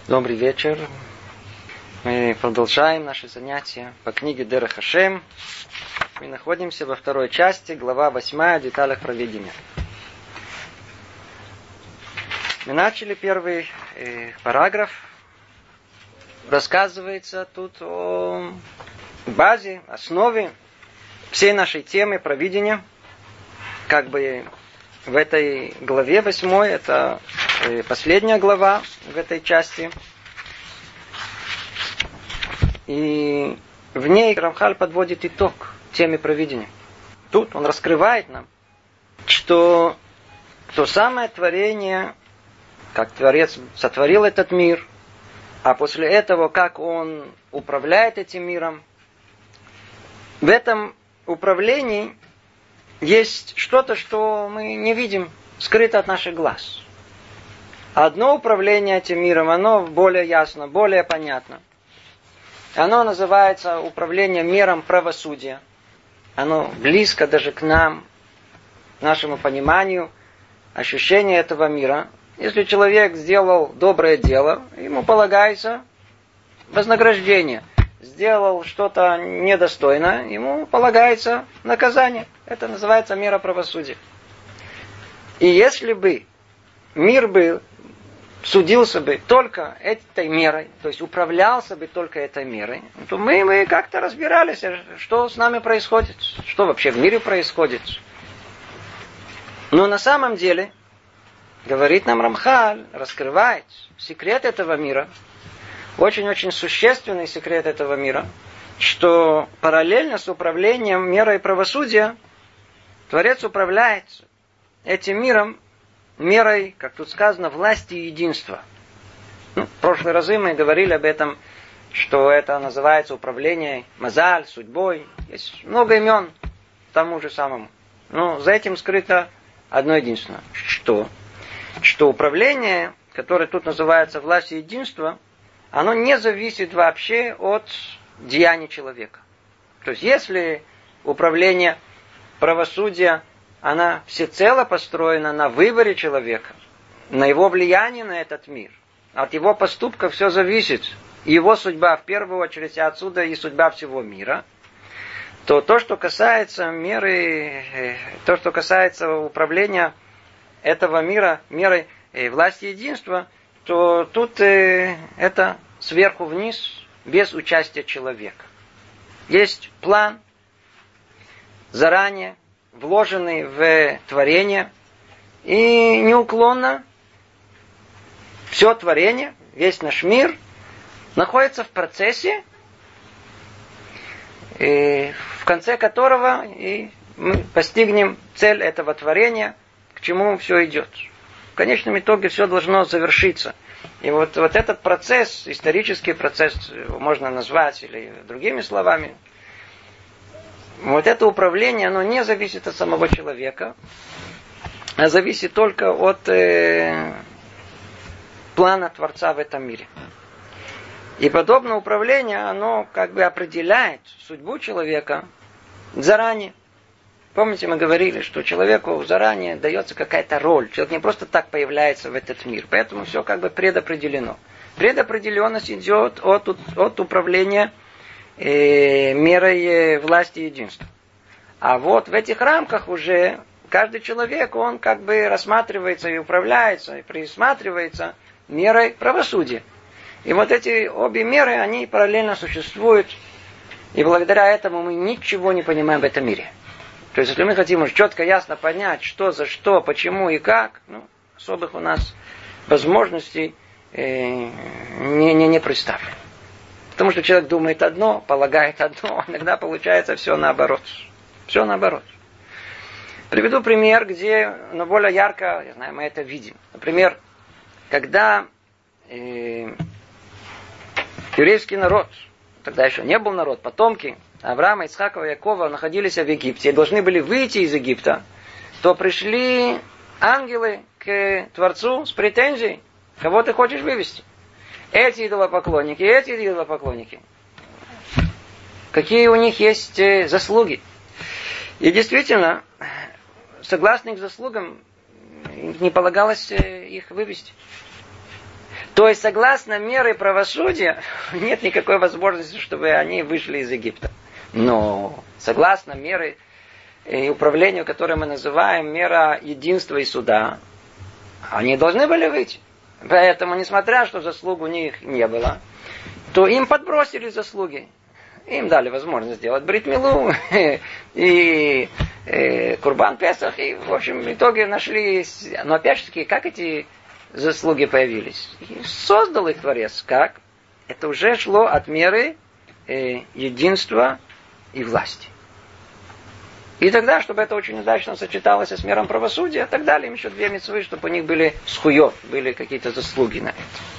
Добрый вечер. Мы продолжаем наши занятия по книге Дерех Хашем. Мы находимся во второй части, глава 8 о деталях проведения. Мы начали первый параграф. Рассказывается тут о базе, основе всей нашей темы провидения. Как бы в этой главе 8, это последняя глава в этой части. И в ней Рамхаль подводит итог теме провидения. Тут он раскрывает нам, что то самое творение, как Творец сотворил этот мир, а после этого, как он управляет этим миром, в этом управлении есть что-то, что мы не видим, скрыто от наших глаз. Одно управление этим миром, оно более ясно, более понятно. Оно называется управлением миром правосудия. Оно близко даже к нам, к нашему пониманию, ощущению этого мира. Если человек сделал доброе дело, ему полагается вознаграждение. Сделал что-то недостойное, ему полагается наказание. Это называется мера правосудия. И если бы мир был, судился бы только этой мерой, то есть управлялся бы только этой мерой, то мы как-то разбирались, что с нами происходит, что вообще в мире происходит. Но на самом деле, говорит нам Рамхаль, раскрывает секрет этого мира, очень-очень существенный секрет этого мира, что параллельно с управлением мерой правосудия Творец управляет этим миром мерой, как тут сказано, власти и единства. В прошлые разы мы говорили об этом, что это называется управление мазаль, судьбой. Есть много имен тому же самому. Но за этим скрыто одно единственное. Что управление, которое тут называется властью и единства, оно не зависит вообще от деяний человека. То есть если управление правосудия, она всецело построена на выборе человека, на его влиянии на этот мир. От его поступка все зависит. Его судьба в первую очередь, а отсюда и судьба всего мира. То, что касается меры, то, что касается управления этого мира, мерой власти и единства, то тут это сверху вниз, без участия человека. Есть план, заранее вложенный в творение, и неуклонно все творение, весь наш мир находится в процессе, в конце которого и мы постигнем цель этого творения, к чему все идет. В конечном итоге все должно завершиться. И вот этот процесс, исторический процесс, его можно назвать или другими словами, вот это управление, оно не зависит от самого человека, а зависит только от плана Творца в этом мире. И подобное управление, оно как бы определяет судьбу человека заранее. Помните, мы говорили, что человеку заранее дается какая-то роль. Человек не просто так появляется в этот мир. Поэтому все как бы предопределено. Предопределенность идет от управления мерой власти и единства. А вот в этих рамках уже каждый человек, он как бы рассматривается и управляется, и присматривается мерой правосудия. И вот эти обе меры, они параллельно существуют. И благодаря этому мы ничего не понимаем в этом мире. То есть, если мы хотим уж четко, ясно понять, что за что, почему и как, особых у нас возможностей не представлено. Потому что человек думает одно, полагает одно, а иногда получается все наоборот. Все наоборот. Приведу пример, где более ярко, я знаю, мы это видим. Например, когда еврейский народ, тогда еще не был народ, потомки Авраама, Ицхакова, Якова находились в Египте и должны были выйти из Египта, то пришли ангелы к Творцу с претензией, кого ты хочешь вывести. Эти идолопоклонники. Какие у них есть заслуги. И действительно, согласно их заслугам, не полагалось их вывести. То есть, согласно мере правосудия, нет никакой возможности, чтобы они вышли из Египта. Но, согласно мере управлению, которое мы называем мера единства и суда, они должны были выйти. Поэтому, несмотря что заслуг у них не было, то им подбросили заслуги. Им дали возможность сделать брит-милу и Курбан Песах. И, в общем, в итоге нашли... Но, опять же таки, как эти заслуги появились? И создал их Творец. Как? Это уже шло от меры единства и власти. И тогда, чтобы это очень удачно сочеталось с мером правосудия, так дали им еще 2 мицвы, чтобы у них были схуёв, были какие-то заслуги на это.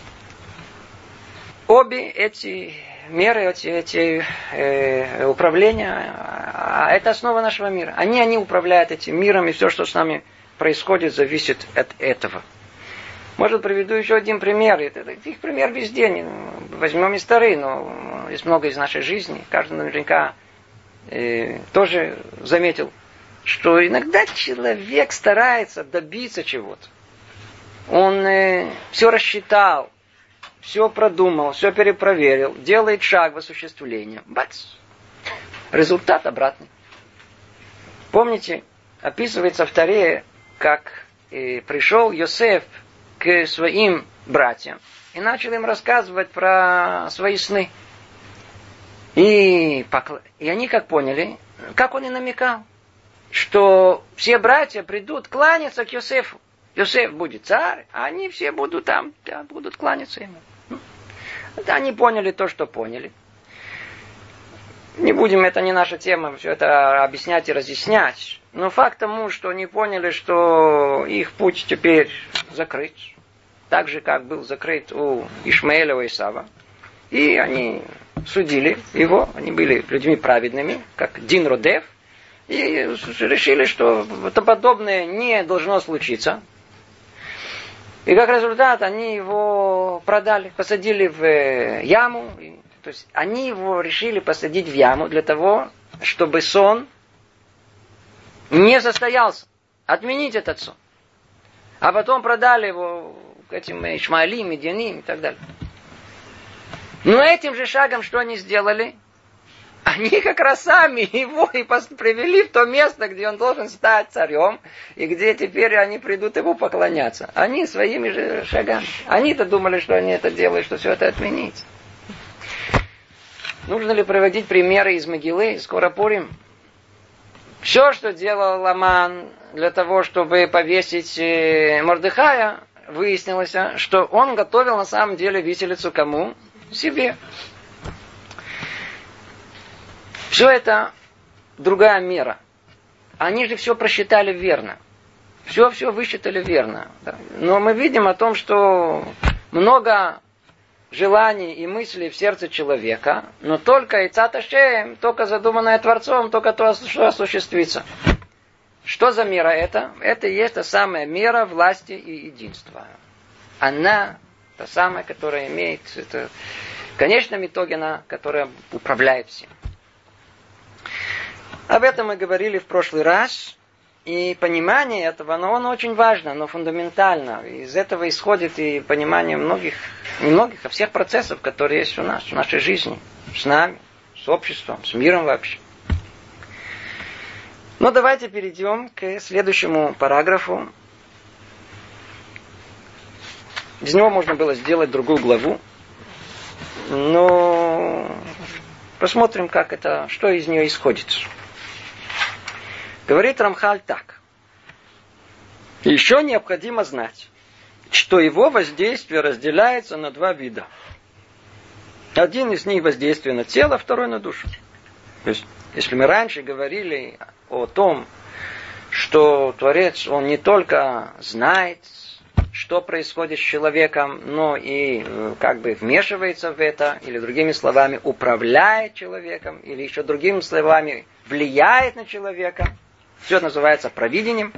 Обе эти меры, эти управления, это основа нашего мира. Они управляют этим миром, и все, что с нами происходит, зависит от этого. Может, приведу еще один пример. Их пример везде. Возьмем и старый, но есть много из нашей жизни. Каждый наверняка тоже заметил, что иногда человек старается добиться чего-то. Он все рассчитал, все продумал, все перепроверил, делает шаг в осуществление. Бац! Результат обратный. Помните, описывается в Торе, как пришел Йосеф к своим братьям и начал им рассказывать про свои сны. И они как поняли, как он и намекал, что все братья придут кланяться к Йосефу. Йосеф будет царь, а они все будут там, будут кланяться ему. Они поняли то, что поняли. Не будем, это не наша тема, все это объяснять и разъяснять. Но факт тому, что они поняли, что их путь теперь закрыт. Так же, как был закрыт у Ишмаэля, у Исава. И они судили его, они были людьми праведными, как Дин Родев, и решили, что это подобное не должно случиться. И как результат они его продали, посадили в яму. То есть они его решили посадить в яму для того, чтобы сон не состоялся. Отменить этот сон. А потом продали его к этим Ишмаэлим, Медианим и так далее. Но этим же шагом что они сделали? Они как раз сами его и привели в то место, где он должен стать царем, и где теперь они придут ему поклоняться. Они своими же шагами. Они-то думали, что они это делают, что все это отменить. Нужно ли приводить примеры из Мегилы? Скоро Пурим. Все, что делал Аман для того, чтобы повесить Мордехая, выяснилось, что он готовил на самом деле виселицу кому? Себе. Все это другая мера. Они же все просчитали верно. Все высчитали верно. Но мы видим о том, что много желаний и мыслей в сердце человека, но только Эйцат Ашем, только задуманное Творцом, только то, что осуществится. Что за мера это? Это и есть та самая мера власти и единства. Она та самая, которая имеет, это, в конечном итоге, она, которая управляет всем. Об этом мы говорили в прошлый раз. И понимание этого, оно очень важно, оно фундаментально. Из этого исходит и понимание не многих, а всех процессов, которые есть у нас, в нашей жизни. С нами, с обществом, с миром вообще. Но давайте перейдем к следующему параграфу. Из него можно было сделать другую главу. Но посмотрим, как это, что из нее исходит. Говорит Рамхаль так. Еще необходимо знать, что его воздействие разделяется на 2 вида. Один из них воздействие на тело, второй на душу. То есть, если мы раньше говорили о том, что Творец, он не только знает, что происходит с человеком, но и как бы вмешивается в это, или другими словами, управляет человеком, или еще другими словами, влияет на человека, все называется провидением,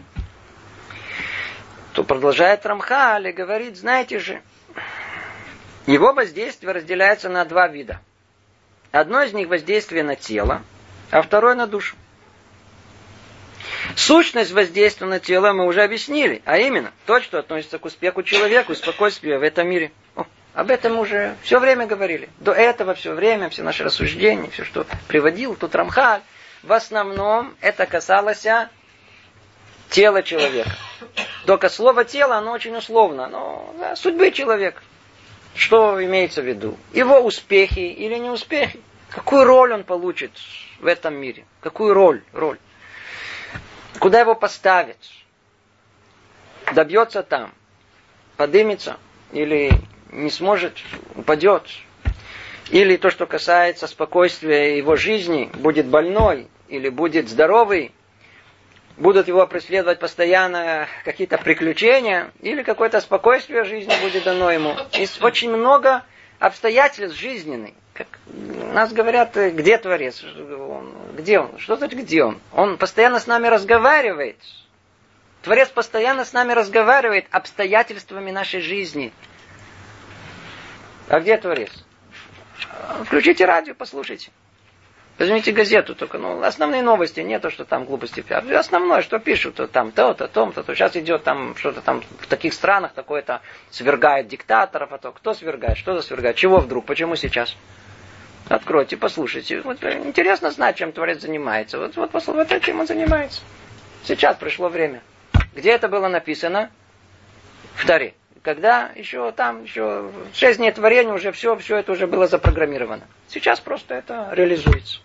то продолжает Рамхаль и говорит, знаете же, его воздействие разделяется на 2 вида. Одно из них воздействие на тело, а второе на душу. Сущность воздействия на тело мы уже объяснили, а именно то, что относится к успеху человека, спокойствию в этом мире. Об этом мы уже все время говорили. До этого все время, все наши рассуждения, все, что приводил тут Рамхаль, в основном это касалось тела человека. Только слово тело, оно очень условно, но судьбы человека. Что имеется в виду? Его успехи или неуспехи? Какую роль он получит в этом мире? Какую роль? Куда его поставят? Добьется там? Подымется? Или не сможет? Упадет? Или то, что касается спокойствия его жизни, будет больной или будет здоровый? Будут его преследовать постоянно какие-то приключения, или какое-то спокойствие жизни будет дано ему. Есть очень много обстоятельств жизненных. Как нас говорят, где Творец? Где он? Что значит где он? Он постоянно с нами разговаривает. Творец постоянно с нами разговаривает обстоятельствами нашей жизни. А где Творец? Включите радио, послушайте. Возьмите газету только, основные новости, не то, что там глупости пишут. Основное, что пишут, то там то-то, то-то. Сейчас идет там что-то там в таких странах такое-то свергает диктаторов, а то кто свергает, что за свергает, чего вдруг, почему сейчас? Откройте, послушайте. Вот, интересно знать, чем Творец занимается. Вот этим он занимается. Сейчас пришло время. Где это было написано? В Торе. Когда еще 6 дней творения, уже все это уже было запрограммировано. Сейчас просто это реализуется.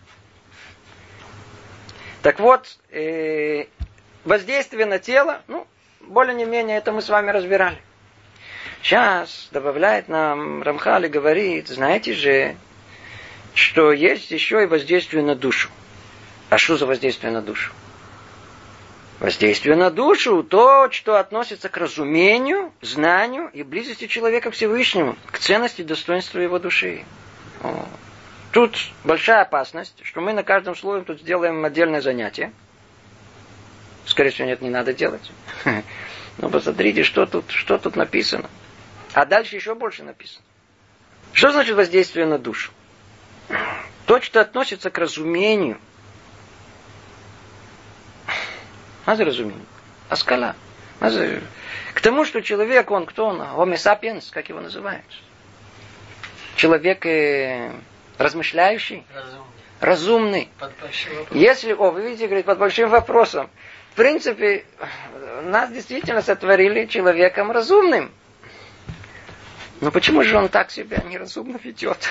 Так вот, воздействие на тело, более-менее это мы с вами разбирали. Сейчас добавляет нам Рамхаль и говорит, знаете же, что есть еще и воздействие на душу. А что за воздействие на душу? Воздействие на душу, то, что относится к разумению, знанию и близости человека к Всевышнему, к ценности и достоинству его души. Тут большая опасность, что мы на каждом слове тут сделаем отдельное занятие. Скорее всего, нет, не надо делать. Но посмотрите, что тут написано. А дальше еще больше написано. Что значит воздействие на душу? То, что относится к разумению. А за разумение? Аскала. К тому, что человек, он кто он? Homo sapiens, как его называют? Человек размышляющий? Разумный. Если, вы видите, говорит, под большим вопросом. В принципе, нас действительно сотворили человеком разумным. Но почему же он так себя неразумно ведет?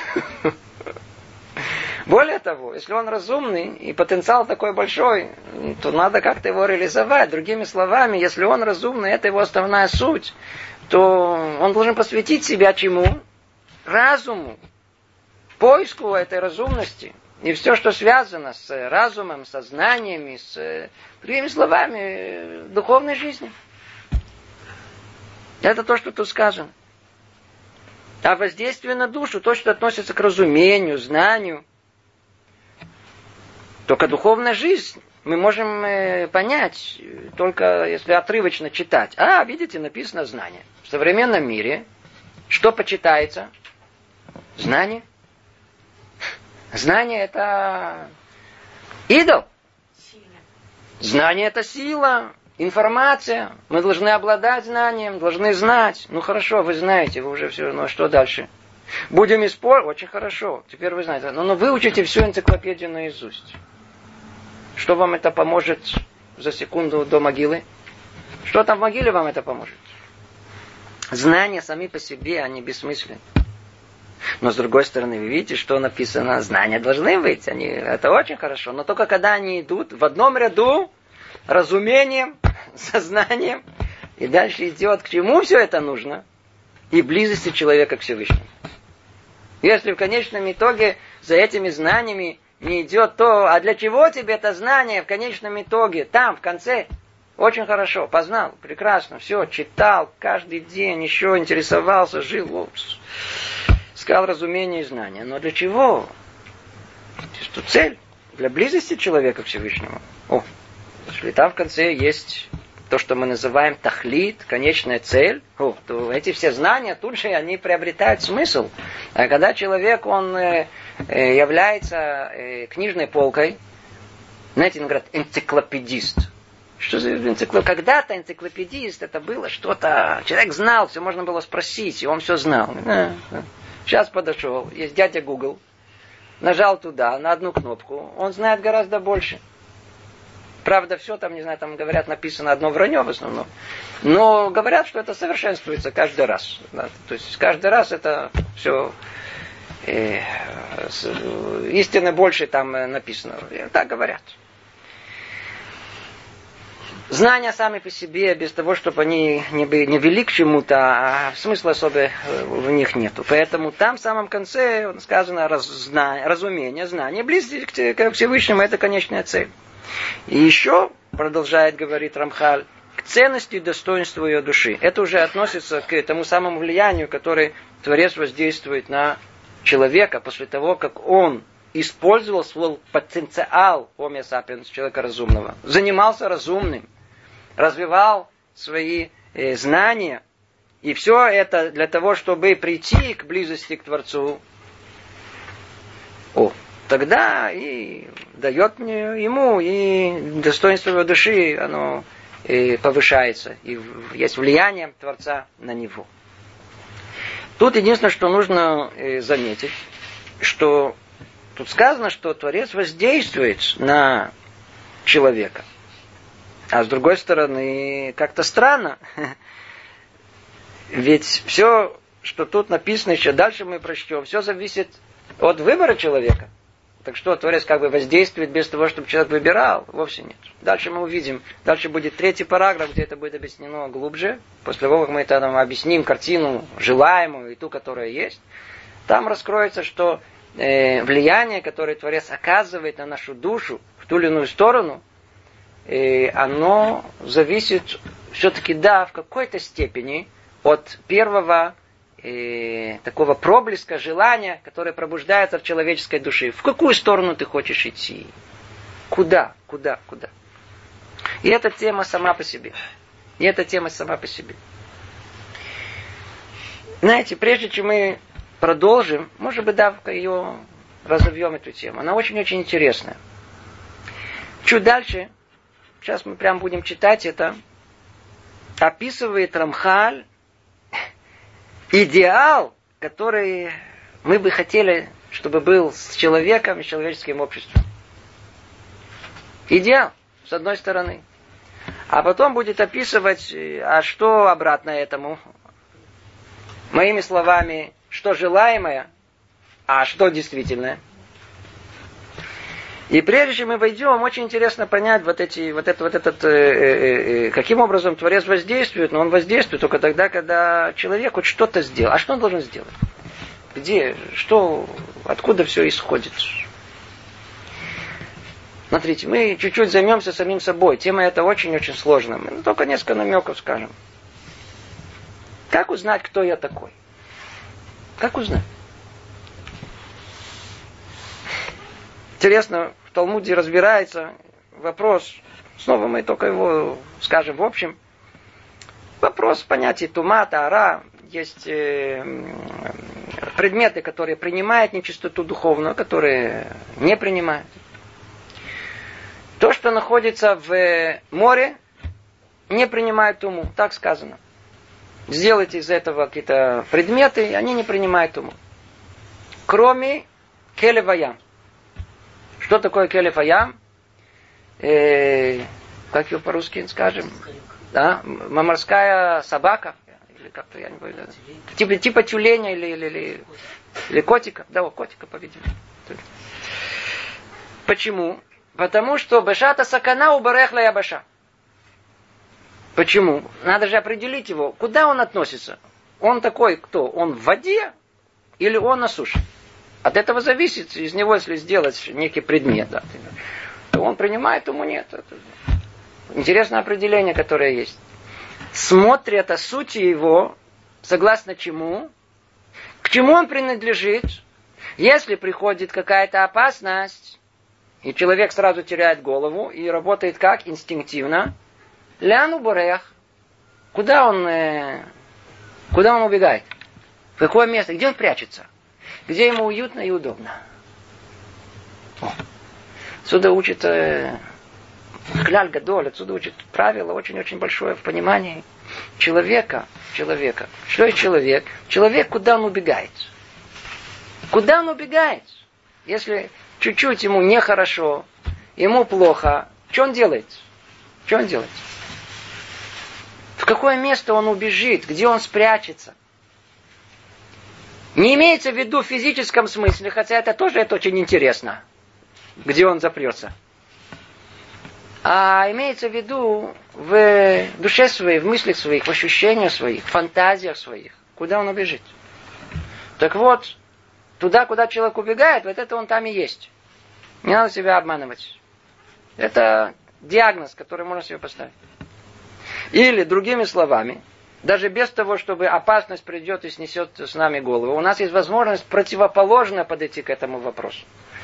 Более того, если он разумный и потенциал такой большой, то надо как-то его реализовать. Другими словами, если он разумный, это его основная суть, то он должен посвятить себя чему? Разуму. Поиску этой разумности. И все, что связано с разумом, со знаниями, с, другими словами, духовной жизнью. Это то, что тут сказано. А воздействие на душу, то, что относится к разумению, знанию, только духовная жизнь мы можем понять, только если отрывочно читать. Видите, написано знание. В современном мире что почитается? Знание. Знание это идол. Знание это сила, информация. Мы должны обладать знанием, должны знать. Хорошо, вы знаете, вы уже все, но что дальше? Будем использовать? Очень хорошо. Теперь вы знаете. Но выучите всю энциклопедию наизусть. Что вам это поможет за секунду до могилы? Что там в могиле вам это поможет? Знания сами по себе, они бессмысленны. Но с другой стороны, вы видите, что написано, знания должны быть. Это очень хорошо. Но только когда они идут в одном ряду, разумением, сознанием, и дальше идет, к чему все это нужно? И близости человека к Всевышнему. Если в конечном итоге за этими знаниями не идет то, а для чего тебе это знание в конечном итоге, там, в конце, очень хорошо, познал, прекрасно, все, читал каждый день, еще интересовался, жил, искал разумение и знания. Но для чего? Что цель? Для близости человека к Всевышнему. Если там в конце есть то, что мы называем тахлит, конечная цель, то эти все знания тут же они приобретают смысл. А когда человек, он является книжной полкой, знаете, он говорит, энциклопедист. Что за энциклопедия? Когда-то энциклопедист, это было что-то... Человек знал, все можно было спросить, и он все знал. Сейчас подошел, есть дядя Google, нажал туда, на одну кнопку, он знает гораздо больше. Правда, все там, не знаю, там говорят, написано одно вранье в основном. Но говорят, что это совершенствуется каждый раз. Да? То есть каждый раз это все истины больше там написано. Так говорят. Знания сами по себе, без того, чтобы они не вели к чему-то, а смысла особо в них нету. Поэтому там в самом конце сказано разумение, знание, близость к Всевышнему, это конечная цель. И еще, продолжает говорить Рамхаль, к ценности и достоинству ее души. Это уже относится к тому самому влиянию, которое Творец воздействует на человека после того, как он использовал свой потенциал Homo sapiens, человека разумного, занимался разумным, развивал свои знания, и все это для того, чтобы прийти к близости к Творцу. Тогда и дает ему, и достоинство его души, оно повышается, и есть влияние Творца на него. Тут единственное, что нужно заметить, что тут сказано, что Творец воздействует на человека. А с другой стороны, как-то странно. Ведь все, что тут написано, еще дальше мы прочтем, все зависит от выбора человека. Так что Творец как бы воздействует без того, чтобы человек выбирал? Вовсе нет. Дальше мы увидим. Дальше будет 3 параграф, где это будет объяснено глубже. После того, как мы это нам объясним картину желаемую и ту, которая есть, там раскроется, что влияние, которое Творец оказывает на нашу душу в ту или иную сторону, оно зависит все-таки, да, в какой-то степени от первого такого проблеска желания, которое пробуждается в человеческой душе. В какую сторону ты хочешь идти? Куда? И эта тема сама по себе. Знаете, прежде чем мы продолжим, может быть, давка ее разовьем, эту тему. Она очень-очень интересная. Чуть дальше, сейчас мы прям будем читать это, описывает Рамхаль идеал, который мы бы хотели, чтобы был с человеком и человеческим обществом. Идеал, с одной стороны. А потом будет описывать, а что обратно этому. Моими словами, что желаемое, а что действительное. И прежде чем мы войдем, очень интересно понять каким образом Творец воздействует. Но он воздействует только тогда, когда человек хоть что-то сделал. А что он должен сделать? Где? Что? Откуда все исходит? Смотрите, мы чуть-чуть займемся самим собой. Тема эта очень-очень сложная. Мы только несколько намеков скажем. Как узнать, кто я такой? Как узнать? Интересно, в Талмуде разбирается вопрос, снова мы только его скажем в общем, вопрос понятия тума, таара, есть предметы, которые принимают нечистоту духовную, которые не принимают. То, что находится в море, не принимает туму, так сказано. Сделайте из этого какие-то предметы, и они не принимают туму. Кроме келев ваям. Что такое келев ваям? Как его по-русски скажем? Да? Морская собака. Или как-то, я не знаю. Типа тюленя или котика. Да, котика, по-видимому. Почему? Потому что бешата сакана убарехла ябаша. Почему? Надо же определить его. Куда он относится? Он такой кто? Он в воде или он на суше? От этого зависит, из него, если сделать некий предмет, да, то он принимает, ему нет. Это интересное определение, которое есть. Смотрят о сути его, согласно чему, к чему он принадлежит. Если приходит какая-то опасность, и человек сразу теряет голову и работает как? Инстинктивно. Ляну борех. Куда он убегает? В какое место? Где он прячется? Где ему уютно и удобно. Отсюда учит Кляль гадоль, отсюда учит правило очень-очень большое в понимании человека. Что есть человек? Человек, куда он убегает? Куда он убегает? Если чуть-чуть ему нехорошо, ему плохо, что он делает? В какое место он убежит? Где он спрячется? Не имеется в виду в физическом смысле, хотя это очень интересно. Где он запрется? А имеется в виду в душе своей, в мыслях своих, в ощущениях своих, в фантазиях своих. Куда он убежит? Так вот, туда, куда человек убегает, вот это он там и есть. Не надо себя обманывать. Это диагноз, который можно себе поставить. Или, другими словами, даже без того, чтобы опасность придет и снесет с нами голову, у нас есть возможность противоположно подойти к этому вопросу.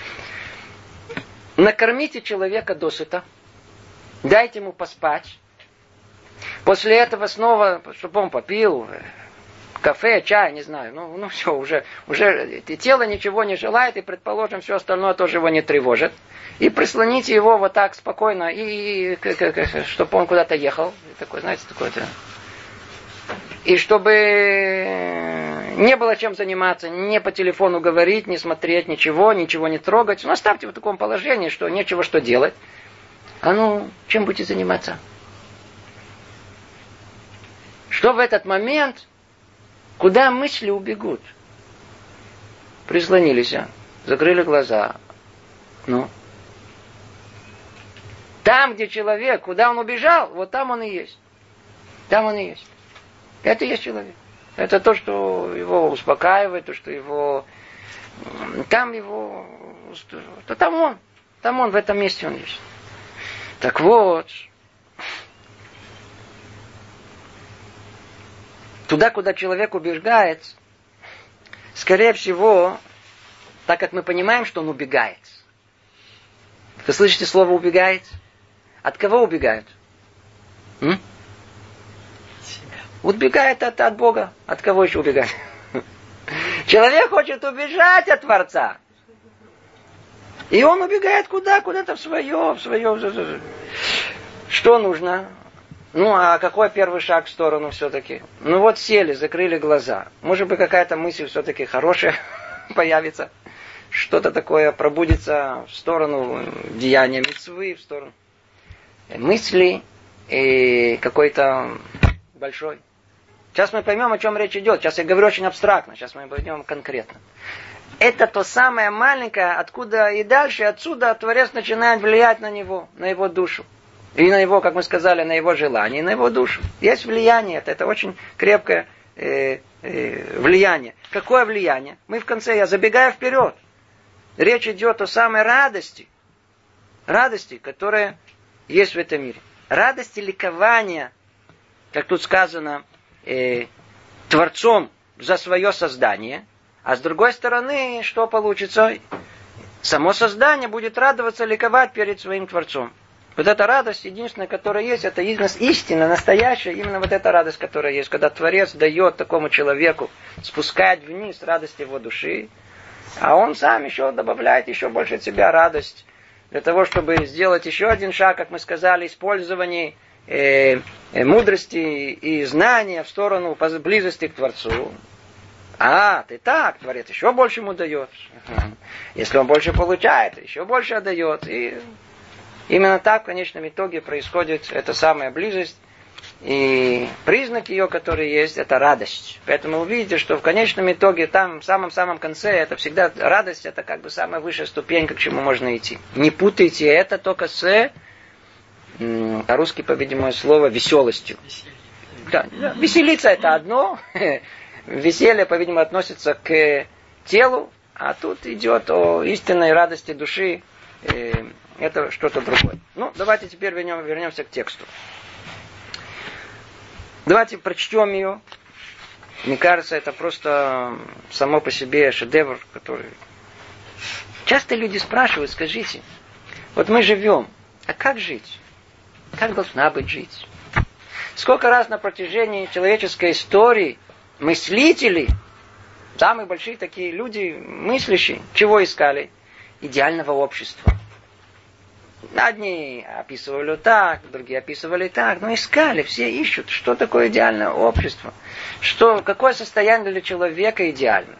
Накормите человека досыта, дайте ему поспать. После этого снова, чтобы он попил кафе, чай, не знаю. Ну все, уже тело ничего не желает, и, предположим, все остальное тоже его не тревожит. И прислоните его вот так спокойно, и чтобы он куда-то ехал. Такой, знаете, такое-то. И чтобы не было чем заниматься, не по телефону говорить, не смотреть, ничего не трогать. Ну, оставьте в таком положении, что нечего что делать. Чем будете заниматься? Что в этот момент, куда мысли убегут? Прислонились, закрыли глаза. Там, где человек, куда он убежал, вот там он и есть. Там он и есть. Это и есть человек. Это то, что его успокаивает, то, что его... Там он, в этом месте он есть. Так вот, туда, куда человек убегает, скорее всего, так как мы понимаем, что он убегает. Вы слышите слово «убегает»? От кого убегают? Убегает от Бога. От кого еще убегает? Человек хочет убежать от Творца. И он убегает куда? Куда-то в свое. Что нужно? А какой первый шаг в сторону все-таки? Сели, закрыли глаза. Может быть, какая-то мысль все-таки хорошая появится. Что-то такое пробудится в сторону деяния мицвы, в сторону мысли какой-то большой. Сейчас мы поймем, о чем речь идет. Сейчас я говорю очень абстрактно, сейчас мы пойдем конкретно. Это то самое маленькое, откуда и дальше, отсюда Творец начинает влиять на него, на его душу. И на его, как мы сказали, на его желание, и на его душу. Есть влияние, это очень крепкое влияние. Какое влияние? Мы в конце, я забегаю вперед. Речь идет о самой радости, которая есть в этом мире. Радости ликования, как тут сказано, Творцом за свое создание. А с другой стороны, что получится? Само создание будет радоваться, ликовать перед своим Творцом. Вот эта радость, единственная, которая есть, это истина, настоящая, именно вот эта радость, которая есть. Когда Творец дает такому человеку, спускает вниз радость его души, а он сам еще добавляет еще больше от себя радость, для того, чтобы сделать еще один шаг, как мы сказали, использование мудрости и знания в сторону близости к Творцу. Ты так, Творец еще больше ему дает. Если он больше получает, еще больше отдает. И именно так в конечном итоге происходит эта самая близость. И признак ее, который есть, это радость. Поэтому вы видите, что в конечном итоге, там, в самом-самом конце, это всегда радость, это как бы самая высшая ступенька, к чему можно идти. Не путайте это только с, по-русски, по-видимому, слово веселостью. Да, веселиться это одно, веселье, по-видимому, относится к телу, а тут идет о истинной радости души, это что-то другое. Давайте теперь вернемся к тексту. Давайте прочтем ее. Мне кажется, это просто само по себе шедевр, который... Часто люди спрашивают, скажите, вот мы живем, а как жить? Как должна быть жить? Сколько раз на протяжении человеческой истории мыслители, самые большие такие люди, мыслящие, чего искали? Идеального общества. Одни описывали так, другие описывали так, но искали, все ищут, что такое идеальное общество, какое состояние для человека идеально.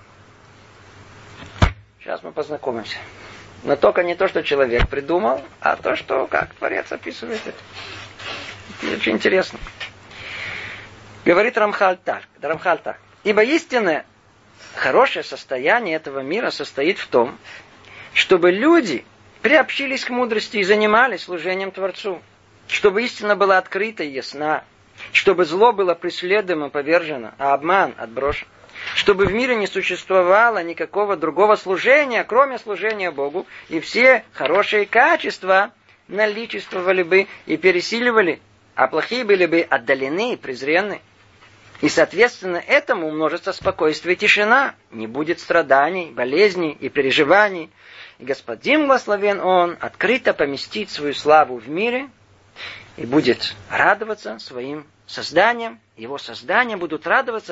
Сейчас мы познакомимся. Но только не то, что человек придумал, а то, что как Творец описывает это. Это очень интересно. Говорит Рамхаль так. Ибо истинное хорошее состояние этого мира состоит в том, чтобы люди приобщились к мудрости и занимались служением Творцу. Чтобы истина была открыта и ясна. Чтобы зло было преследуемо, повержено, а обман отброшен. Чтобы в мире не существовало никакого другого служения, кроме служения Богу, и все хорошие качества наличествовали бы и пересиливали, а плохие были бы отдалены и презренны. И, соответственно, этому умножится спокойствие и тишина. Не будет страданий, болезней и переживаний. И Господин, благословен Он, открыто поместит свою славу в мире и будет радоваться своим созданием. Его создания будут радоваться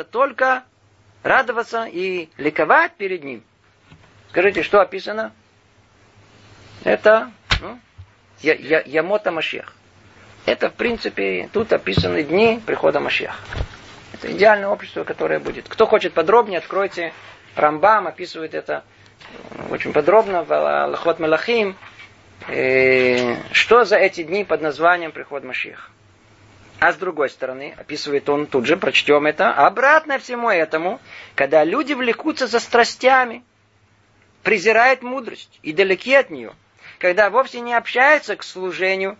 и ликовать перед Ним. Скажите, что описано? Это Ямота Машиах. Это, в принципе, тут описаны дни прихода Машиаха. Это идеальное общество, которое будет. Кто хочет подробнее, откройте. Рамбам описывает это очень подробно в Алахот Мелахим. Что за эти дни под названием приход Машиаха. А с другой стороны, описывает он тут же, прочтем это, обратно всему этому, когда люди влекутся за страстями, презирают мудрость и далеки от нее, когда вовсе не общаются к служению,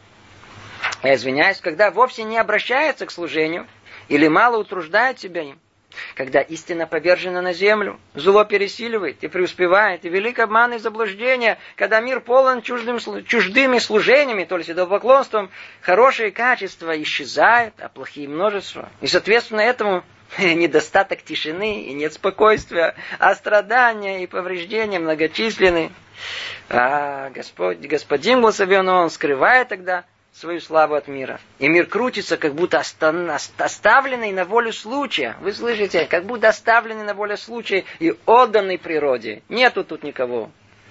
когда вовсе не обращаются к служению, или мало утруждают себя им, когда истина повержена на землю, зло пересиливает и преуспевает, и велик обман и заблуждение, когда мир полон чуждыми служениями, то есть идолопоклонством, хорошие качества исчезают, а плохие множество. И, соответственно, этому недостаток тишины и нет спокойствия, а страдания и повреждения многочисленны. А Господин благословен Он скрывает тогда свою славу от мира. И мир крутится, как будто оставленный на волю случая. Вы слышите? Как будто оставленный на волю случая и отданный природе. Нету тут никого.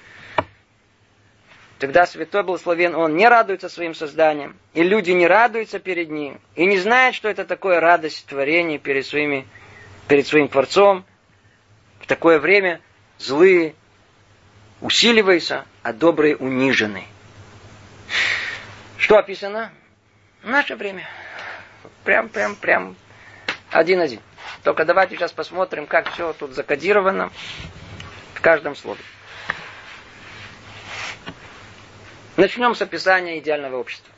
Тогда Святой Благословен Он не радуется своим созданием. И люди не радуются перед Ним. И не знают, что это такое радость творения перед своим Творцом. В такое время злые усиливаются, а добрые унижены. Что описано? Наше время. Прям один-один. Только давайте сейчас посмотрим, как все тут закодировано в каждом слове. Начнем с описания идеального общества.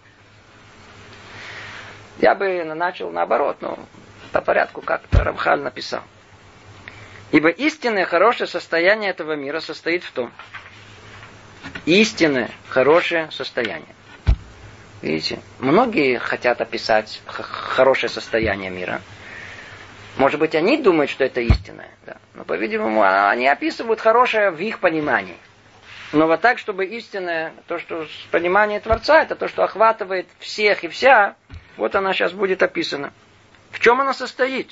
Я бы начал наоборот, но по порядку, как Рамхаль написал. Ибо истинное хорошее состояние этого мира состоит в том. Истинное хорошее состояние. Видите, многие хотят описать хорошее состояние мира. Может быть, они думают, что это истинное. Да. Но, по-видимому, они описывают хорошее в их понимании. Но вот так, чтобы истинное, то, что с понимания Творца, это то, что охватывает всех и вся, вот она сейчас будет описана. В чем она состоит?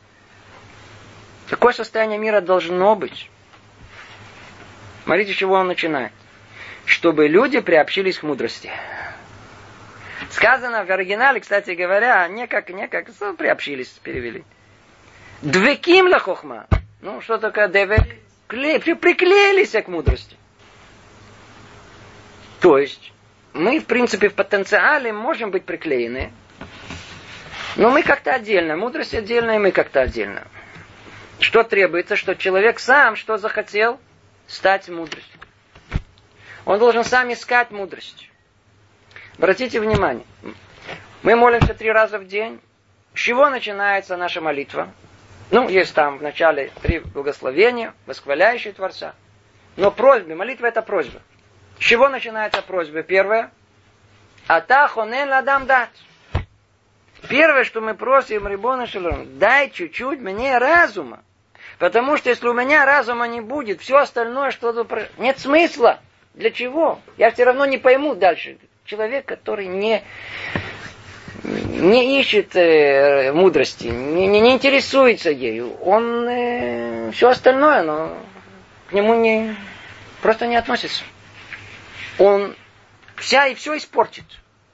Какое состояние мира должно быть? Смотрите, с чего он начинает. Чтобы люди приобщились к мудрости. Сказано в оригинале, кстати говоря, не как приобщились, перевели. Двеким ла хохма. Ну, что такое девек? Приклеились к мудрости. То есть, мы, в принципе, в потенциале можем быть приклеены, но мы как-то отдельно. Мудрость отдельно, и мы как-то отдельно. Что требуется? Что человек сам, что захотел? Стать мудростью. Он должен сам искать мудрость. Обратите внимание, мы молимся 3 раза в день. С чего начинается наша молитва? Ну, есть там в начале 3 благословения, восхваляющие Творца. Но просьба, молитва это просьба. С чего начинается просьба? Первое. Ата хонен ладам дат. Первое, что мы просим, Рибоно шель олам, дай чуть-чуть мне разума. Потому что если у меня разума не будет, все остальное, что нет смысла. Для чего? Я все равно не пойму дальше. Человек, который не ищет мудрости, не интересуется ею, он все остальное, но к нему просто не относится. Он и все испортит.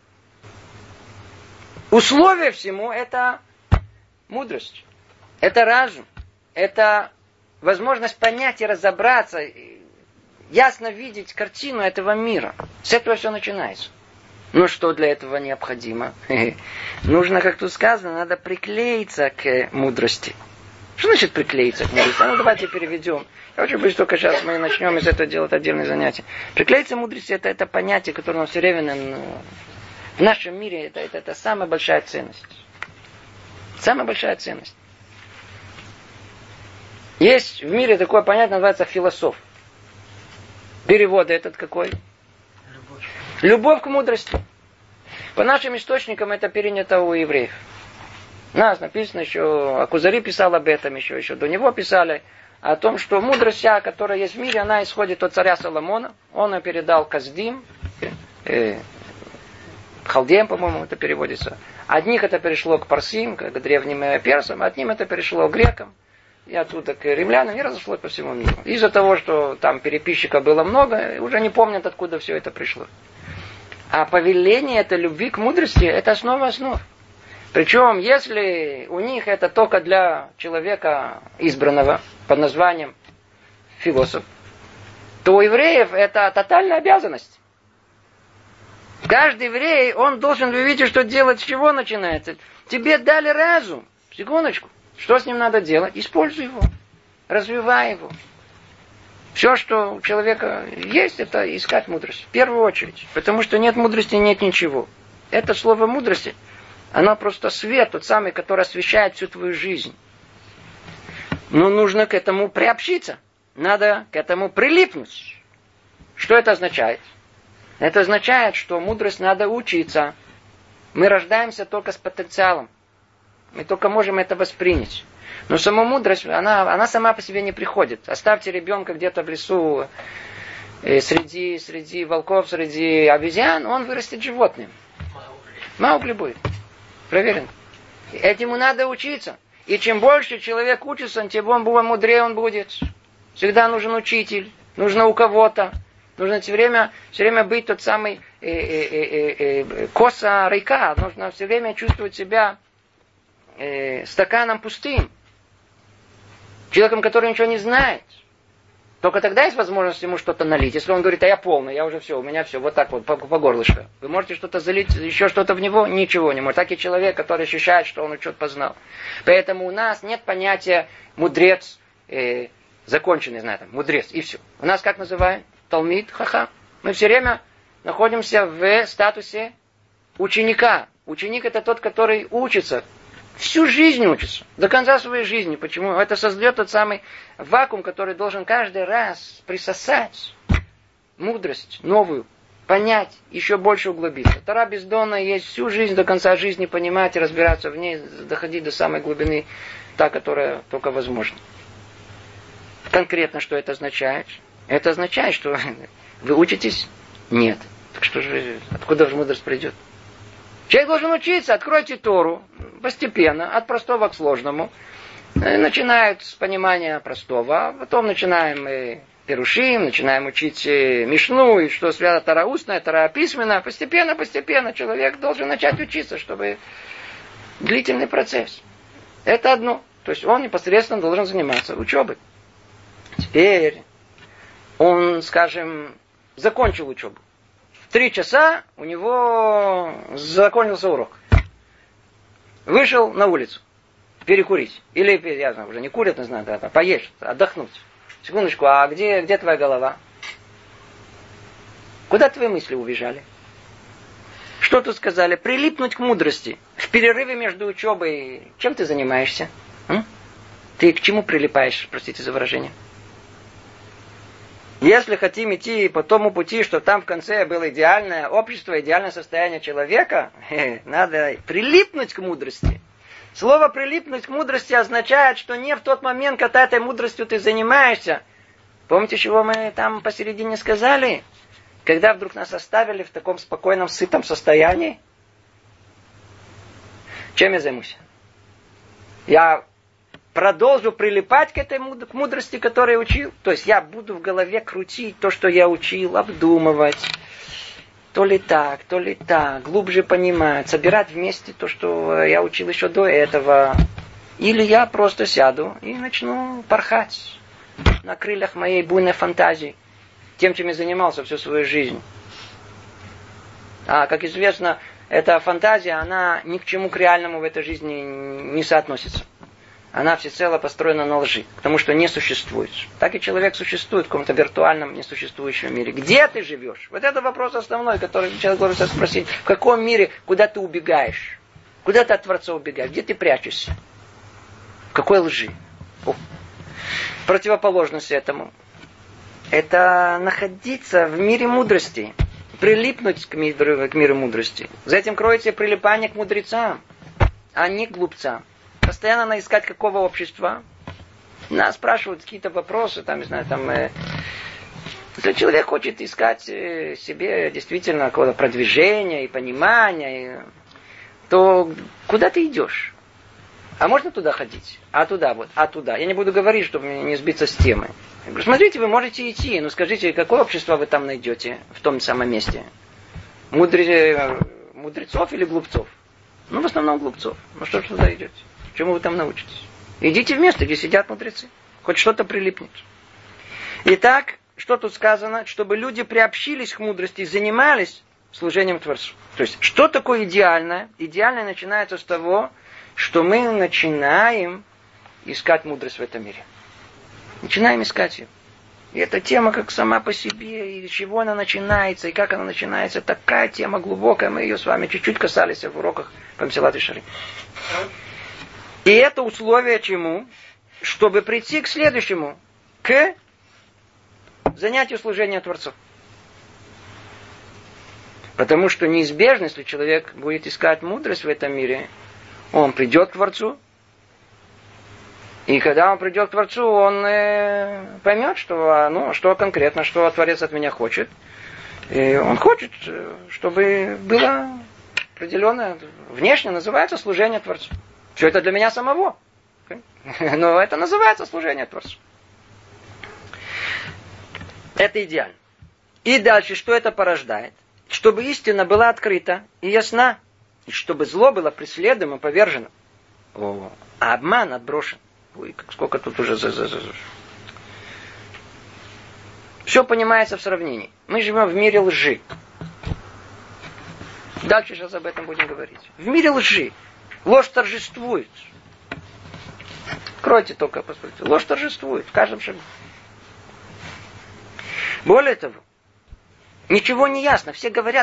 Условие всему это мудрость, это разум, это возможность понять и разобраться, ясно видеть картину этого мира. С этого все начинается. Но что для этого необходимо? Нужно, как тут сказано, надо приклеиться к мудрости. Что значит приклеиться к мудрости? Ну, давайте переведем. Я очень боюсь, только сейчас мы начнем из этого делать отдельное занятие. Приклеиться к мудрости это понятие, которое у нас все время в нашем мире это самая большая ценность. Самая большая ценность. Есть в мире такое понятие, называется философ. Перевод этот какой? Любовь к мудрости. По нашим источникам это перенято у евреев. У нас написано еще, Акузари писал об этом еще до него писали, о том, что мудрость вся, которая есть в мире, она исходит от царя Соломона. Он ее передал Каздим, Халдеям, по-моему, это переводится. Одних это перешло к парсим, к древним персам, одним это перешло к грекам. И оттуда к римлянам, и разошлось по всему миру. Из-за того, что там переписчиков было много, уже не помнят, откуда все это пришло. А повеление этой любви к мудрости, это основа основ. Причем, если у них это только для человека избранного, под названием философ, то у евреев это тотальная обязанность. Каждый еврей, он должен, вы видите, что делать, с чего начинается. Тебе дали разум, секундочку. Что с ним надо делать? Используй его, развивай его. Все, что у человека есть, это искать мудрость. В первую очередь. Потому что нет мудрости, нет ничего. Это слово мудрости, оно просто свет, тот самый, который освещает всю твою жизнь. Но нужно к этому приобщиться. Надо к этому прилипнуть. Что это означает? Это означает, что мудрость надо учиться. Мы рождаемся только с потенциалом. Мы только можем это воспринять. Но сама мудрость, она сама по себе не приходит. Оставьте ребенка где-то в лесу, среди волков, среди обезьян, он вырастет животным. Маугли будет. Проверено. Этому надо учиться. И чем больше человек учится, тем он мудрее он будет. Всегда нужен учитель, нужно у кого-то. Нужно все время быть тот самый коса река. Нужно все время чувствовать себя стаканом пустым. Человеком, который ничего не знает. Только тогда есть возможность ему что-то налить. Если он говорит, а я полный, я уже все, у меня все, вот так вот, по горлышко. Вы можете что-то залить, еще что-то в него? Ничего не может. Так и человек, который ощущает, что он что-то познал. Поэтому у нас нет понятия мудрец, законченный, знаете, мудрец, и все. У нас как называют? Талмид, ха-ха. Мы все время находимся в статусе ученика. Ученик это тот, который учится. Всю жизнь учится. До конца своей жизни. Почему? Это создает тот самый вакуум, который должен каждый раз присосать мудрость новую, понять, еще больше углубиться. Тора бездонная есть всю жизнь, до конца жизни понимать и разбираться в ней, доходить до самой глубины, та, которая только возможна. Конкретно, что это означает? Это означает, что вы учитесь? Нет. Так что же, откуда же мудрость придет? Человек должен учиться, откройте Тору постепенно, от простого к сложному. Начинают с понимания простого, а потом начинаем перушим, начинаем учить Мишну, и что связано Тора устная, Тора письменная. Постепенно человек должен начать учиться, чтобы длительный процесс. Это одно. То есть он непосредственно должен заниматься учебой. Теперь он, скажем, закончил учебу. В 3 часа у него закончился урок. Вышел на улицу перекурить. Или, я знаю, уже не курят, не знаю, поесть, отдохнуть. Секундочку, а где твоя голова? Куда твои мысли убежали? Что тут сказали? Прилипнуть к мудрости. В перерыве между учебой чем ты занимаешься? Ты к чему прилипаешь, простите за выражение? Если хотим идти по тому пути, что там в конце было идеальное общество, идеальное состояние человека, надо прилипнуть к мудрости. Слово «прилипнуть к мудрости» означает, что не в тот момент, когда этой мудростью ты занимаешься. Помните, чего мы там посередине сказали? Когда вдруг нас оставили в таком спокойном, сытом состоянии? Чем я займусь? Я продолжу прилипать к этой мудрости, которую я учил. То есть я буду в голове крутить то, что я учил, обдумывать. то ли так, глубже понимать, собирать вместе то, что я учил еще до этого. Или я просто сяду и начну порхать на крыльях моей буйной фантазии, тем, чем я занимался всю свою жизнь. А, как известно, эта фантазия, она ни к чему к реальному в этой жизни не соотносится. Она всецело построена на лжи, потому что не существует. Так и человек существует в каком-то виртуальном, несуществующем мире. Где ты живешь? Вот это вопрос основной, который человек должен спросить. В каком мире, куда ты убегаешь? Куда ты от Творца убегаешь? Где ты прячешься? В какой лжи? Противоположность этому – это находиться в мире мудрости, прилипнуть к миру мудрости. За этим кроется прилипание к мудрецам, а не к глупцам. Постоянно искать какого общества. Нас спрашивают какие-то вопросы, там, не знаю, там, если человек хочет искать себе действительно какого-то продвижения и понимания, то куда ты идешь? А можно туда ходить? А туда вот, а туда. Я не буду говорить, чтобы не сбиться с темы. Я говорю, смотрите, вы можете идти, но скажите, какое общество вы там найдете в том самом месте? Мудрецов или глупцов? Ну, в основном глупцов. Ну, что же туда идете? Чему вы там научитесь? Идите в место, где сидят мудрецы. Хоть что-то прилипнет. Итак, что тут сказано? Чтобы люди приобщились к мудрости и занимались служением Творцу. То есть, что такое идеальное? Идеальное начинается с того, что мы начинаем искать мудрость в этом мире. Начинаем искать ее. И эта тема как сама по себе, и с чего она начинается, и как она начинается, такая тема глубокая, мы ее с вами чуть-чуть касались в уроках по Месилат Йешарим. И это условие чему? Чтобы прийти к следующему, к занятию служения Творцу. Потому что неизбежно, если человек будет искать мудрость в этом мире, он придет к Творцу, и когда он придет к Творцу, он поймет, что конкретно, что Творец от меня хочет. И он хочет, чтобы было определенное, внешне называется служение Творцу. Все это для меня самого. Но это называется служение Творцу. Это идеально. И дальше, что это порождает? Чтобы истина была открыта и ясна. И чтобы зло было преследуемо и повержено. А обман отброшен. Ой, сколько тут уже... Все понимается в сравнении. Мы живем в мире лжи. Дальше сейчас об этом будем говорить. В мире лжи. Ложь торжествует. Кройте только, посмотрите. Ложь торжествует в каждом шагу. Более того, ничего не ясно. Все говорят.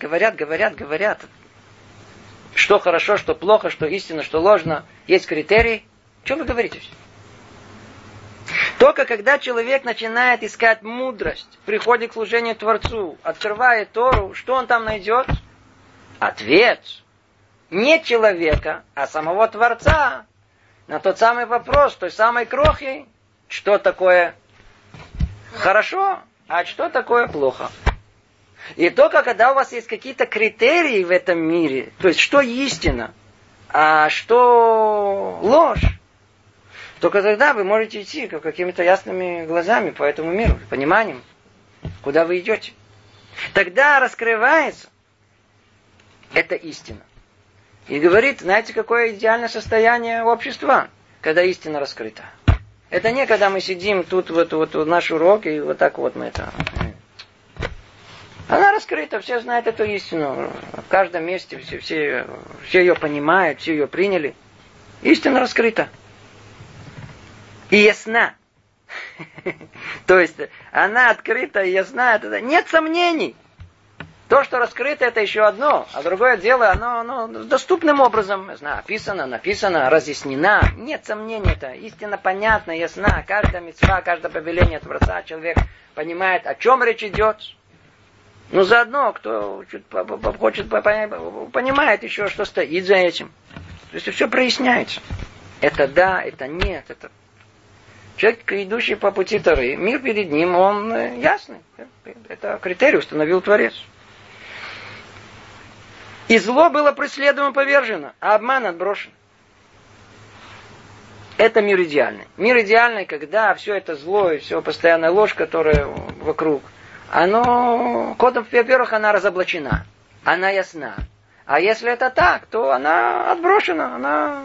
Что хорошо, что плохо, что истинно, что ложно. Есть критерии. Что вы говорите? Только когда человек начинает искать мудрость, приходит к служению Творцу, открывает Тору, что он там найдет? Ответ. Не человека, а самого Творца на тот самый вопрос, той самой крохи, что такое хорошо, а что такое плохо. И только когда у вас есть какие-то критерии в этом мире, то есть что истина, а что ложь, только тогда вы можете идти какими-то ясными глазами по этому миру, пониманием, куда вы идете. Тогда раскрывается эта истина. И говорит, знаете, какое идеальное состояние общества, когда истина раскрыта. Это не когда мы сидим тут, вот наш урок, и вот так вот мы это... Она раскрыта, все знают эту истину. В каждом месте все ее понимают, все ее приняли. Истина раскрыта. И ясна. То есть, она открыта и ясна. Нет сомнений. То, что раскрыто, это еще одно. А другое дело, оно доступным образом. Написано, разъяснена. Нет сомнений. Это истина понятна, ясна. Каждая мицва, каждое повеление Творца, человек понимает, о чем речь идет. Но заодно, кто чуть хочет понимает еще, что стоит за этим. То есть все проясняется. Это да, это нет. Это... Человек, идущий по пути Торы, мир перед ним, он ясный. Это критерий установил Творец. И зло было преследуемо повержено, а обман отброшен. Это мир идеальный. Мир идеальный, когда все это зло и все постоянная ложь, которая вокруг, оно, кодом, во-первых, она разоблачена, она ясна. А если это так, то она отброшена, она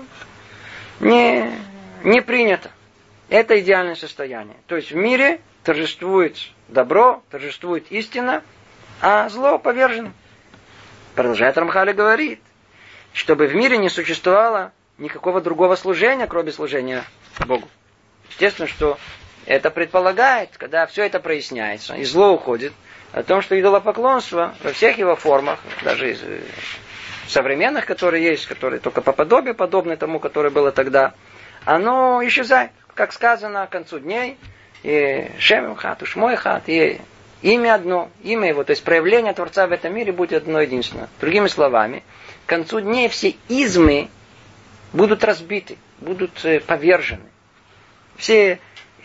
не принята. Это идеальное состояние. То есть в мире торжествует добро, торжествует истина, а зло повержено. Продолжает Рамхаль и говорит, чтобы в мире не существовало никакого другого служения, кроме служения Богу. Естественно, что это предполагает, когда все это проясняется, и зло уходит, о том, что идолопоклонство во всех его формах, даже из современных, которые есть, которые только по подобию подобны тому, которое было тогда, оно исчезает. Как сказано к концу дней, и Шем Хат, Ушмой Хат, и имя одно, имя его, то есть проявление Творца в этом мире будет одно единственное. Другими словами, к концу дней все измы будут разбиты, будут повержены. Все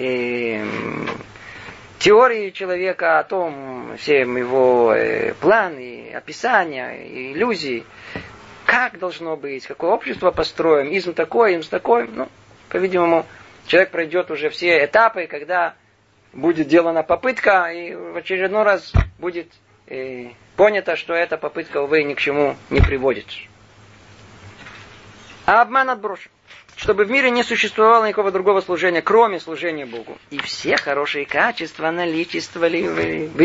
теории человека о том, все его планы, описания, иллюзии, как должно быть, какое общество построим, изм такой, по-видимому, человек пройдет уже все этапы, когда будет сделана попытка, и в очередной раз будет понято, что эта попытка, увы, ни к чему не приводит. А обман отброшен. Чтобы в мире не существовало никакого другого служения, кроме служения Богу. И все хорошие качества наличествовали бы,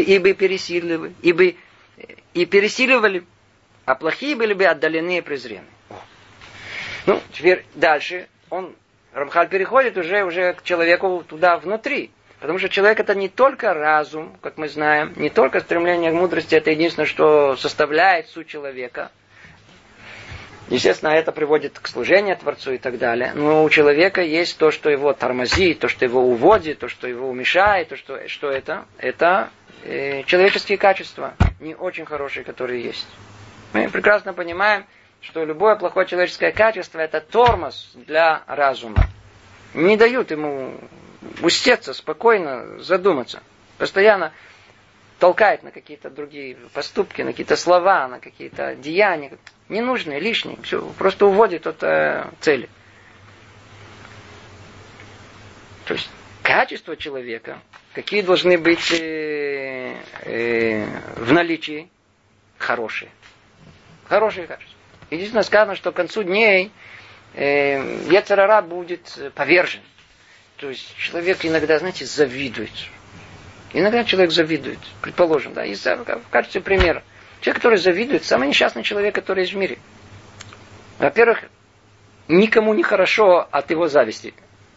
и пересиливали, а плохие были бы отдалены и презрены. Теперь дальше Рамхаль переходит уже к человеку туда внутри. Потому что человек это не только разум, как мы знаем, не только стремление к мудрости, это единственное, что составляет суть человека. Естественно, это приводит к служению Творцу и так далее. Но у человека есть то, что его тормозит, то, что его уводит, то, что его мешает, то, что это. Это человеческие качества, не очень хорошие, которые есть. Мы прекрасно понимаем, что любое плохое человеческое качество это тормоз для разума. Не дают ему усеться, спокойно задуматься. Постоянно толкает на какие-то другие поступки, на какие-то слова, на какие-то деяния. Ненужные, лишние. Все, просто уводит от цели. То есть, качества человека, какие должны быть в наличии, хорошие. Хорошие качества. Единственное сказано, что к концу дней Йецер ара будет повержен. То есть, человек иногда, знаете, завидует. Иногда человек завидует. Предположим, да, в качестве примера. Человек, который завидует, самый несчастный человек, который есть в мире. Во-первых, никому не хорошо от его зависти.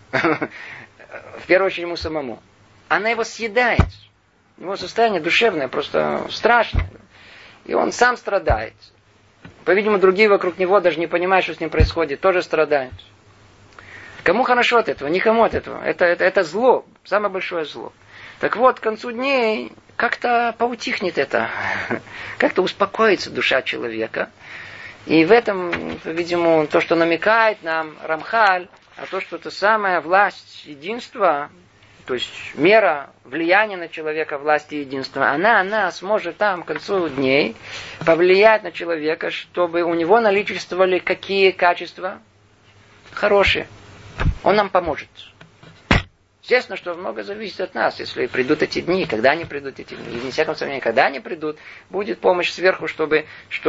В первую очередь ему самому. Она его съедает. Его состояние душевное просто страшное. И он сам страдает. По-видимому, другие вокруг него даже не понимают, что с ним происходит, тоже страдают. Кому хорошо от этого? Никому от этого. Это зло, самое большое зло. Так вот, к концу дней как-то поутихнет это. Как-то успокоится душа человека. И в этом, по-видимому, то, что намекает нам Рамхаль, а то, что это самая власть единства, то есть мера влияния на человека власти единства, она сможет там к концу дней повлиять на человека, чтобы у него наличествовали какие качества? Хорошие. Он нам поможет. Естественно, что много зависит от нас. Если придут эти дни, когда они придут эти дни, не всяком сомнении, когда они придут, будет помощь сверху, чтобы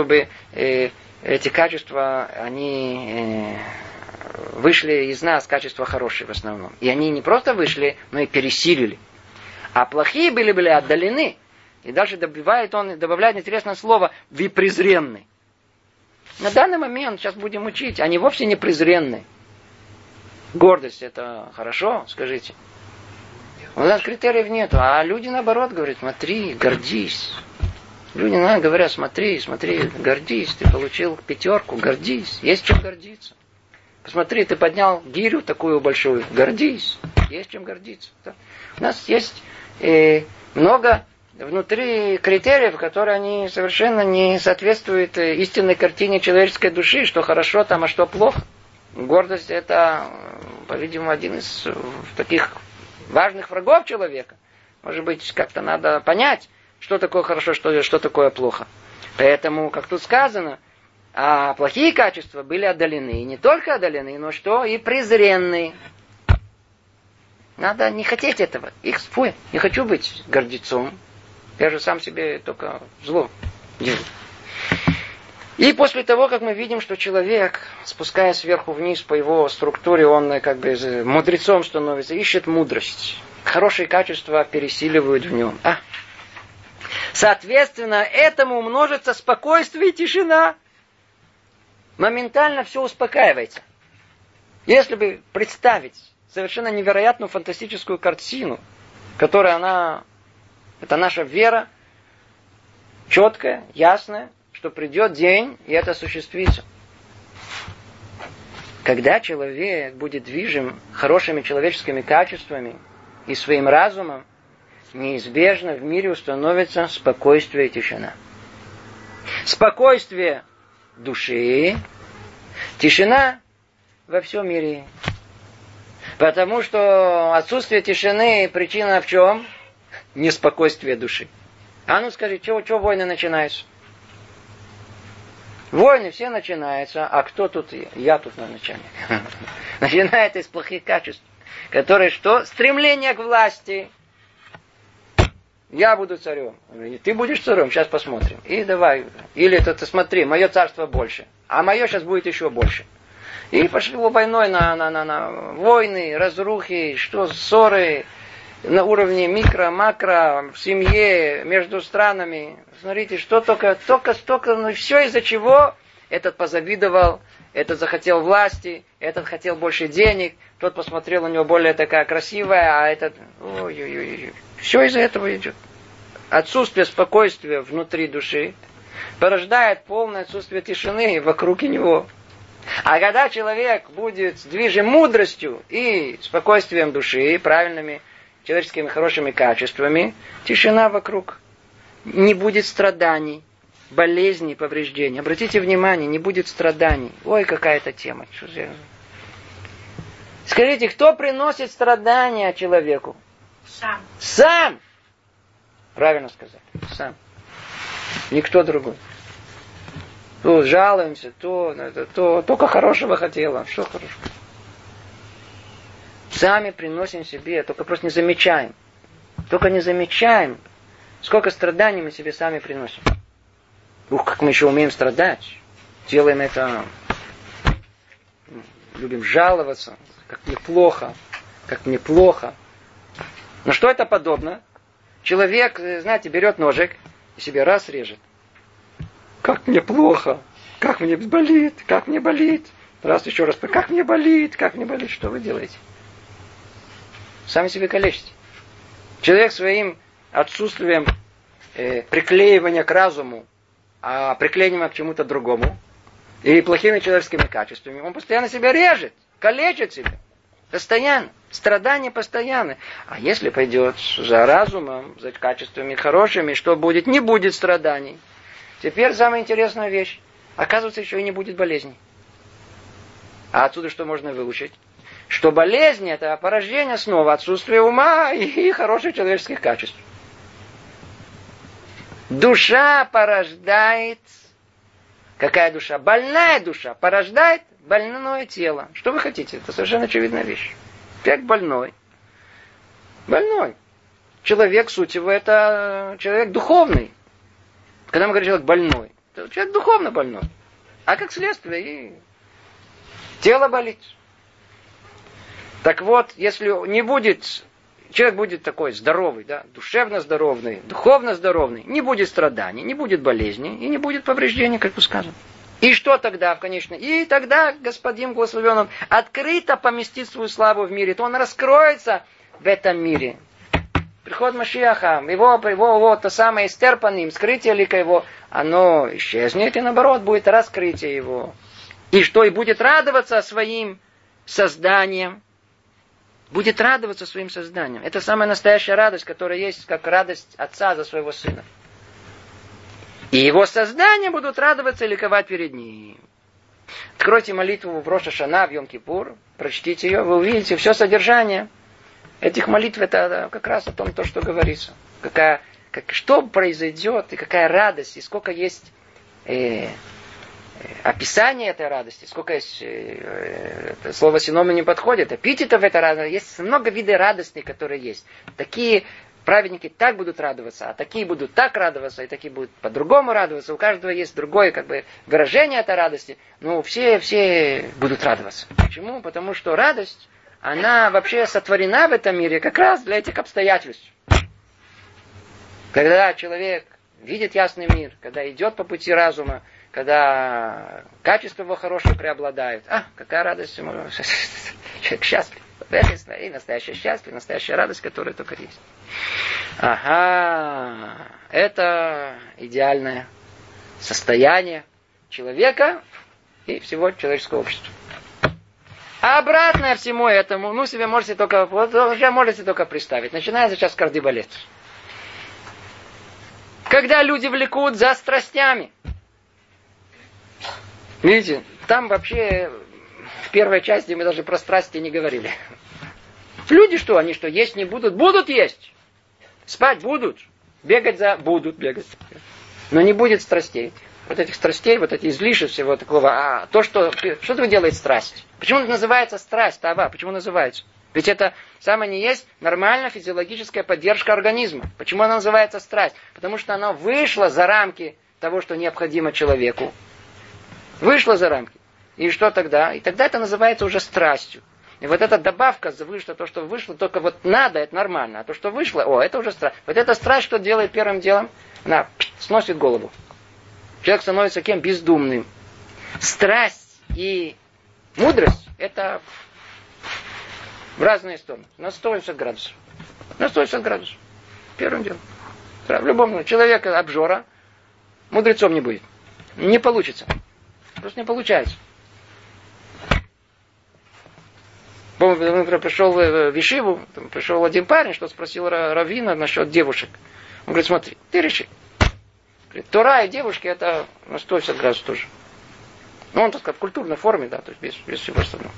эти качества, они вышли из нас, качества хорошие в основном. И они не просто вышли, но и пересилили. А плохие были отдалены. И дальше добавляет интересное слово «вы презренны». На данный момент, сейчас будем учить, они вовсе не презренны. Гордость это хорошо, скажите. У нас критериев нету, а люди наоборот говорят, смотри, гордись. Люди говорят, смотри, гордись, ты получил 5, гордись, есть чем гордиться. Посмотри, ты поднял гирю такую большую, гордись, есть чем гордиться. У нас есть много внутри критериев, которые они совершенно не соответствуют истинной картине человеческой души, что хорошо там, а что плохо. Гордость это, по-видимому, один из таких важных врагов человека. Может быть, как-то надо понять, что такое хорошо, что такое плохо. Поэтому, как тут сказано, а плохие качества были отдалены. И не только отдалены, но что? И презренны. Надо не хотеть этого. Не хочу быть гордецом. Я же сам себе только зло делаю. И после того, как мы видим, что человек, спускаясь сверху вниз по его структуре, он как бы мудрецом становится, ищет мудрость. Хорошие качества пересиливают в нем. Соответственно, этому множится спокойствие и тишина. Моментально все успокаивается. Если бы представить совершенно невероятную фантастическую картину, которая это наша вера, четкая, ясная, что придет день, и это осуществится. Когда человек будет движим хорошими человеческими качествами и своим разумом, неизбежно в мире установится спокойствие и тишина. Спокойствие души, тишина во всем мире. Потому что отсутствие тишины причина в чем? Неспокойствие души. А ну скажи, чего войны начинаются? Войны все начинаются, а кто тут? Я тут на начальник. Начинается из плохих качеств, которые что? Стремление к власти. Я буду царем. Ты будешь царем, сейчас посмотрим. И давай. Или ты смотри, мое царство больше. А мое сейчас будет еще больше. И пошли войной на войны, разрухи, ссоры на уровне микро, макро, в семье, между странами. Смотрите, что только, но все из-за чего? Этот позавидовал, этот захотел власти, этот хотел больше денег, тот посмотрел, у него более такая красивая, а этот... Ой-ой-ой. Все из-за этого идет. Отсутствие спокойствия внутри души порождает полное отсутствие тишины вокруг него. А когда человек будет движим мудростью и спокойствием души, правильными человеческими хорошими качествами, тишина вокруг. Не будет страданий, болезней, повреждений. Обратите внимание, не будет страданий. Ой, какая-то тема. Скажите, кто приносит страдания человеку? Сам! Правильно сказать. Сам. Никто другой. То жалуемся, то только хорошего хотела. Что хорошего? Сами приносим себе, только просто не замечаем. Только не замечаем, сколько страданий мы себе сами приносим. Ух, как мы еще умеем страдать. Делаем это, любим жаловаться, как мне плохо, как мне плохо. Но что это подобно? Человек, знаете, берет ножик и себе раз режет. Как мне плохо, как мне болит, как мне болит. Раз еще раз, как мне болит, что вы делаете? Сами себе калечите. Человек своим отсутствием приклеивания к разуму, а приклеивания к чему-то другому, и плохими человеческими качествами, он постоянно себя режет, калечит себя. Постоянно. Страдания постоянны. А если пойдет за разумом, за качествами хорошими, что будет? Не будет страданий. Теперь самая интересная вещь. Оказывается, еще и не будет болезней. А отсюда что можно выучить? Что болезнь это порождение снова отсутствия ума и хороших человеческих качеств. Душа порождает... Какая душа? Больная душа порождает больное тело. Что вы хотите? Это совершенно очевидная вещь. Как больной. Больной. Человек, суть его, это человек духовный. Когда мы говорим, человек больной, это человек духовно больной. А как следствие, и тело болит. Так вот, если не будет, человек будет такой здоровый, да, душевно здоровый, духовно здоровый, не будет страданий, не будет болезней и не будет повреждений, как вы сказано. И что тогда, конечно? И тогда Господин благословен он открыто поместит свою славу в мире, то он раскроется в этом мире. Приход Машиаха, его то самое истерпаним, скрытие лика его, оно исчезнет, и наоборот будет раскрытие его. И что? И будет радоваться своим созданием. Будет радоваться своим созданием. Это самая настоящая радость, которая есть, как радость отца за своего сына. И его создания будут радоваться и ликовать перед ним. Откройте молитву в Рош ха-Шана, в Йом-Кипур, прочтите ее, вы увидите все содержание этих молитв. Это как раз о том, то, что говорится. Что произойдет, и какая радость, и сколько есть описание этой радости, сколько есть, слово синомы не подходит, эпитетов этой радости, есть много видов радости, которые есть. Такие праведники так будут радоваться, а такие будут так радоваться, и такие будут по-другому радоваться. У каждого есть другое выражение этой радости. Но все будут радоваться. Почему? Потому что радость, она вообще сотворена в этом мире как раз для этих обстоятельств. Когда человек видит ясный мир, когда идет по пути разума, когда качества его хорошие преобладают. Какая радость ему. Человек счастлив. Это и настоящее счастье, настоящая радость, которая только есть. Это идеальное состояние человека и всего человеческого общества. А обратное всему этому, себе можете только представить. Начинается сейчас кардибалет. Когда люди влекут за страстями. Видите, там вообще в первой части мы даже про страсти не говорили. Люди что, они что, есть не будут? Будут есть. Спать будут. Будут бегать. Но не будет страстей. Вот этих страстей, вот эти излишеств всего такого. Что вы делаете страсть? Почему называется страсть, Тава? Почему называется? Ведь это самое не есть нормальная физиологическая поддержка организма. Почему она называется страсть? Потому что она вышла за рамки того, что необходимо человеку. Вышла за рамки. И что тогда? И тогда это называется уже страстью. И вот эта добавка вышла, то, что вышло, только вот надо, это нормально. А то, что вышло, это уже страсть. Вот эта страсть, что делает первым делом? Она сносит голову. Человек становится кем? Бездумным. Страсть и мудрость, это в разные стороны. На 180 градусов. На 180 градусов. Первым делом. В любом человека обжора мудрецом не будет. Не получится. Просто не получается. Помню, пришел в Ешиву, пришел один парень, что спросил раввина насчет девушек. Он говорит, смотри, ты реши. Говорит, Тора и девушки, это на 180 градусов тоже. Он, так сказать, в культурной форме, да, то есть без всего остального.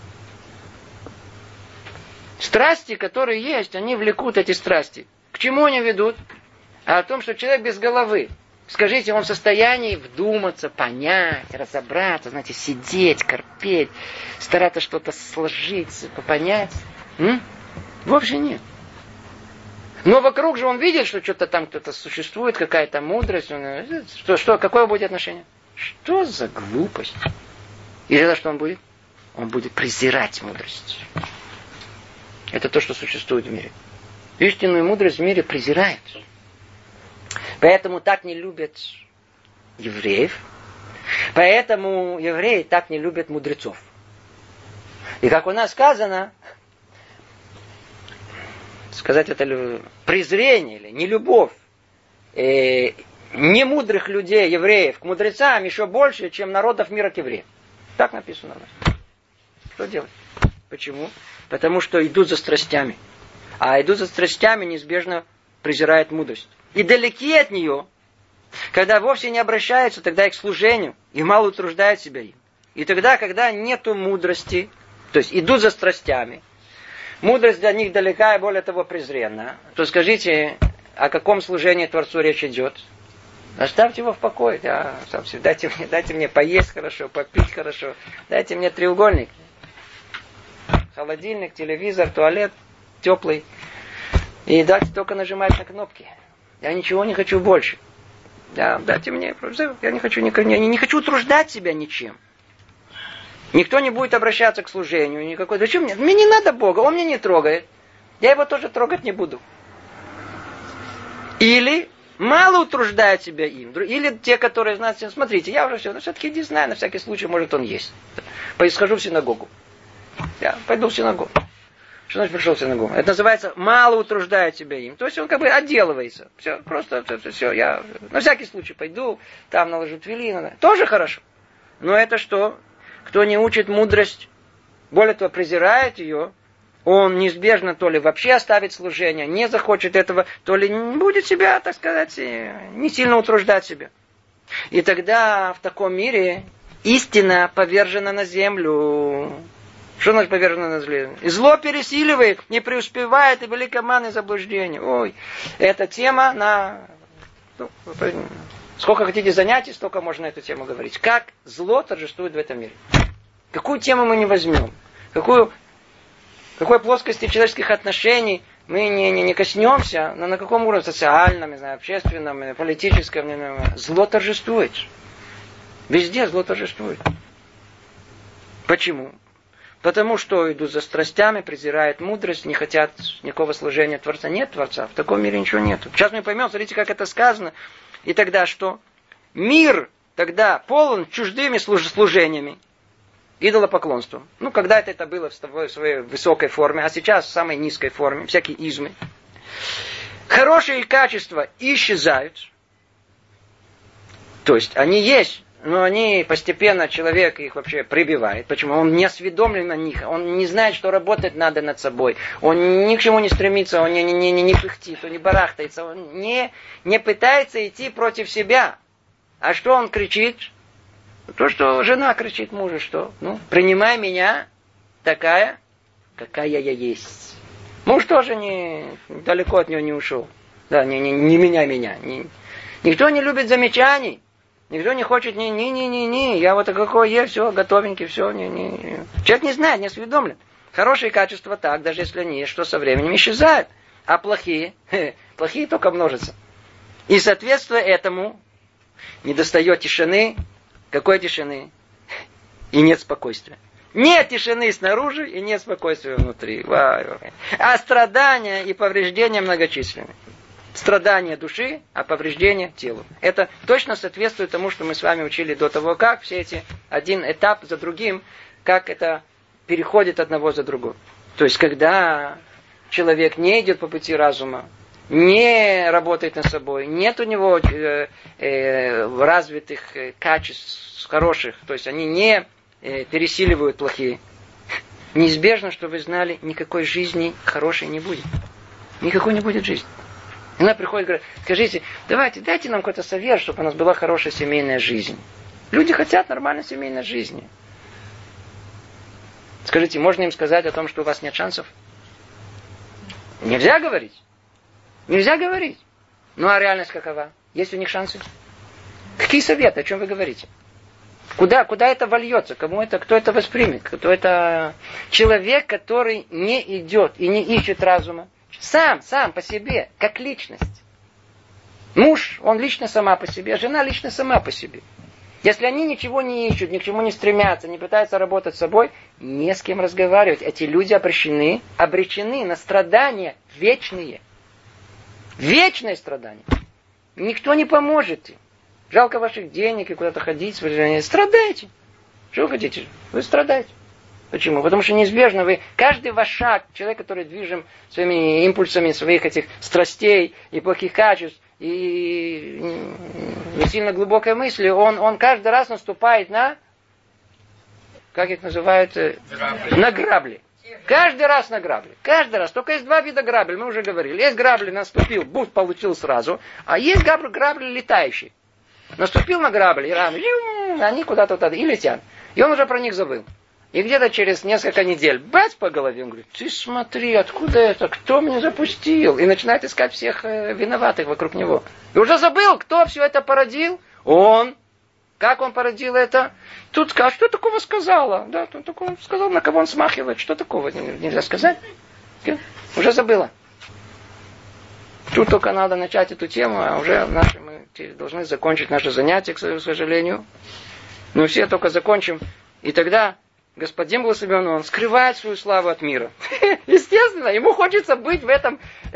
Страсти, которые есть, они влекут эти страсти. К чему они ведут? О том, что человек без головы. Скажите, он в состоянии вдуматься, понять, разобраться, знаете, сидеть, корпеть, стараться что-то сложить, понять? Вовсе нет. Но вокруг же он видит, что что-то там кто-то существует, какая-то мудрость. Какое будет отношение? Что за глупость? И тогда что он будет? Он будет презирать мудрость. Это то, что существует в мире. Истинную мудрость в мире презирает. Поэтому так не любят евреев. Поэтому евреи так не любят мудрецов. И как у нас сказано, сказать это презрение или нелюбовь немудрых людей, евреев, к мудрецам еще больше, чем народов мира к евреям. Так написано у нас. Что делать? Почему? Потому что идут за страстями. А идут за страстями неизбежно презирают мудрость. И далеки от нее, когда вовсе не обращаются тогда и к служению, и мало утруждают себя им. И тогда, когда нету мудрости, то есть идут за страстями, мудрость для них далека и более того презренна, то скажите, о каком служении Творцу речь идет? Оставьте его в покое. Дайте мне поесть хорошо, попить хорошо. Дайте мне треугольник. Холодильник, телевизор, туалет теплый. И дайте только нажимать на кнопки. Я ничего не хочу больше. Дайте мне. Я не хочу утруждать себя ничем. Никто не будет обращаться к служению. Никакой. Зачем мне? Мне не надо Бога, Он меня не трогает. Я его тоже трогать не буду. Или мало утруждают себя им. Или те, которые знают, смотрите, я уже все, но все-таки не знаю, на всякий случай, может он есть. Схожу в синагогу. Я пойду в синагогу. Что значит пришел в синагогу? Это называется мало утруждает себя им. То есть он отделывается. Все, просто все. Я на всякий случай пойду, там наложу тфилин. Тоже хорошо. Но это что? Кто не учит мудрость, более того, презирает ее, он неизбежно то ли вообще оставит служение, не захочет этого, то ли не будет себя, так сказать, не сильно утруждать себя. И тогда в таком мире истина повержена на землю. Что значит повержена на землю? И зло пересиливает, не преуспевает, и великое манное заблуждение. Ой, эта тема на... Сколько хотите занятий, столько можно на эту тему говорить. Как зло торжествует в этом мире. Какую тему мы не возьмем? Какой плоскости человеческих отношений мы не коснемся, но на каком уровне социальном, не знаю, общественном, политическом, зло торжествует. Везде зло торжествует. Почему? Потому что идут за страстями, презирают мудрость, не хотят никакого служения Творца. Нет Творца, в таком мире ничего нет. Сейчас мы поймем, смотрите, как это сказано. И тогда что? Мир тогда полон чуждыми служениями, идолопоклонством. Когда-то это было в своей высокой форме, а сейчас в самой низкой форме, всякие измы. Хорошие качества исчезают. То есть они есть, но они постепенно, человек их вообще прибивает. Почему? Он не осведомлен о них, он не знает, что работать надо над собой. Он ни к чему не стремится, он не пыхтит, он не барахтается, он не пытается идти против себя. А что он кричит? То, что жена кричит мужу, что? Принимай меня такая, какая я есть. Муж тоже далеко от нее не ушел. Да, не меняй меня. Никто не любит замечаний. Никто не хочет, я вот какой есть, все, готовенький, все, Человек не знает, не осведомлен. Хорошие качества так, даже если они есть, что со временем исчезают. А плохие только множатся. И соответствуя этому, недостает тишины. Какой тишины? И нет спокойствия. Нет тишины снаружи и нет спокойствия внутри. А страдания и повреждения многочисленны. Страдания души, а повреждения телу. Это точно соответствует тому, что мы с вами учили до того, как все эти один этап за другим, как это переходит одного за другого. То есть, когда человек не идет по пути разума, не работает над собой, нет у него развитых качеств хороших, то есть они не пересиливают плохие. Неизбежно, что вы знали, никакой жизни хорошей не будет. Никакой не будет жизни. Она приходит и говорит, скажите, дайте нам какой-то совет, чтобы у нас была хорошая семейная жизнь. Люди хотят нормальной семейной жизни. Скажите, можно им сказать о том, что у вас нет шансов? Нельзя говорить. Нельзя говорить. А реальность какова? Есть у них шансы? Какие советы? О чем вы говорите? Куда это вольется? Кто это воспримет? Кто это человек, который не идет и не ищет разума? Сам по себе, как личность. Муж, он лично сама по себе, жена лично сама по себе. Если они ничего не ищут, ни к чему не стремятся, не пытаются работать с собой, не с кем разговаривать. Эти люди обречены на страдания вечные. Вечное страдание. Никто не поможет им. Жалко ваших денег и куда-то ходить. Страдайте. Что вы хотите? Вы страдаете. Почему? Потому что неизбежно каждый ваш шаг, человек, который движим своими импульсами своих этих страстей и плохих качеств, и не сильно глубокой мысли, он каждый раз наступает на, как их называют, на грабли. Каждый раз на грабли. Каждый раз. Только есть два вида грабли, мы уже говорили. Есть грабли, наступил, буст получил сразу, а есть грабли летающие. Наступил на грабли, и они куда-то и летят. И он уже про них забыл. И где-то через несколько недель бац по голове, он говорит, ты смотри, откуда это, кто меня запустил? И начинает искать всех виноватых вокруг него. И уже забыл, кто все это породил? Он. Как он породил это? Тут скажет, что такого сказала? Да, он такого сказал, на кого он смахивает, что такого нельзя сказать? Уже забыла. Тут только надо начать эту тему, а уже мы должны закончить наше занятие, к сожалению. Но все только закончим. И тогда Господин благословен, он скрывает свою славу от мира. Естественно, ему хочется быть в этом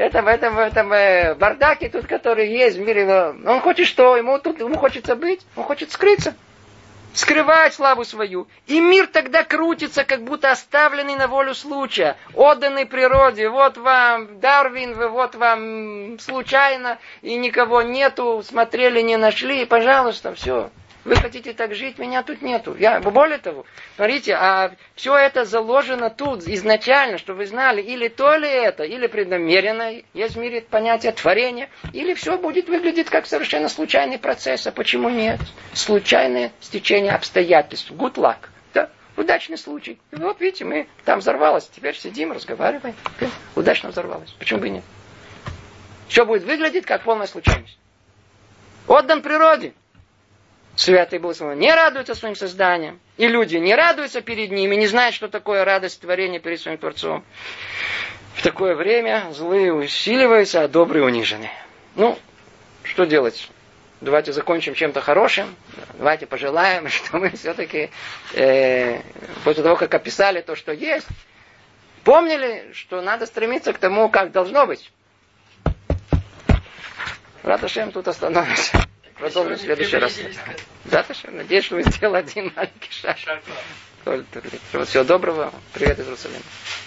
бардаке, тут, который есть в мире. Он хочет что? Ему хочется быть? Он хочет скрыться. Скрывает славу свою. И мир тогда крутится, как будто оставленный на волю случая. Отданный природе. Вот вам Дарвин, вот вам случайно, и никого нету, смотрели, не нашли, и пожалуйста, все. Вы хотите так жить, меня тут нету. Более того, смотрите, а все это заложено тут изначально, что вы знали, или то ли это, или преднамеренно, есть в мире понятие творения, или все будет выглядеть как совершенно случайный процесс. А почему нет? Случайное стечение обстоятельств. Good luck. Да? Удачный случай. И вот видите, мы там взорвалось. Теперь сидим, разговариваем. Удачно взорвалось. Почему бы и нет? Все будет выглядеть как полная случайность. Отдан природе. Святый Благословен не радуется своим созданием. И люди не радуются перед ними, не знают, что такое радость творения перед своим Творцом. В такое время злые усиливаются, а добрые унижены. Ну, что делать? Давайте закончим чем-то хорошим. Давайте пожелаем, что мы все-таки после того, как описали то, что есть, помнили, что надо стремиться к тому, как должно быть. Рад Ашем, тут остановимся. Продолжим в следующий раз. Да, надеюсь, что вы сделали один маленький шаг. Всего доброго. Привет из Иерусалима.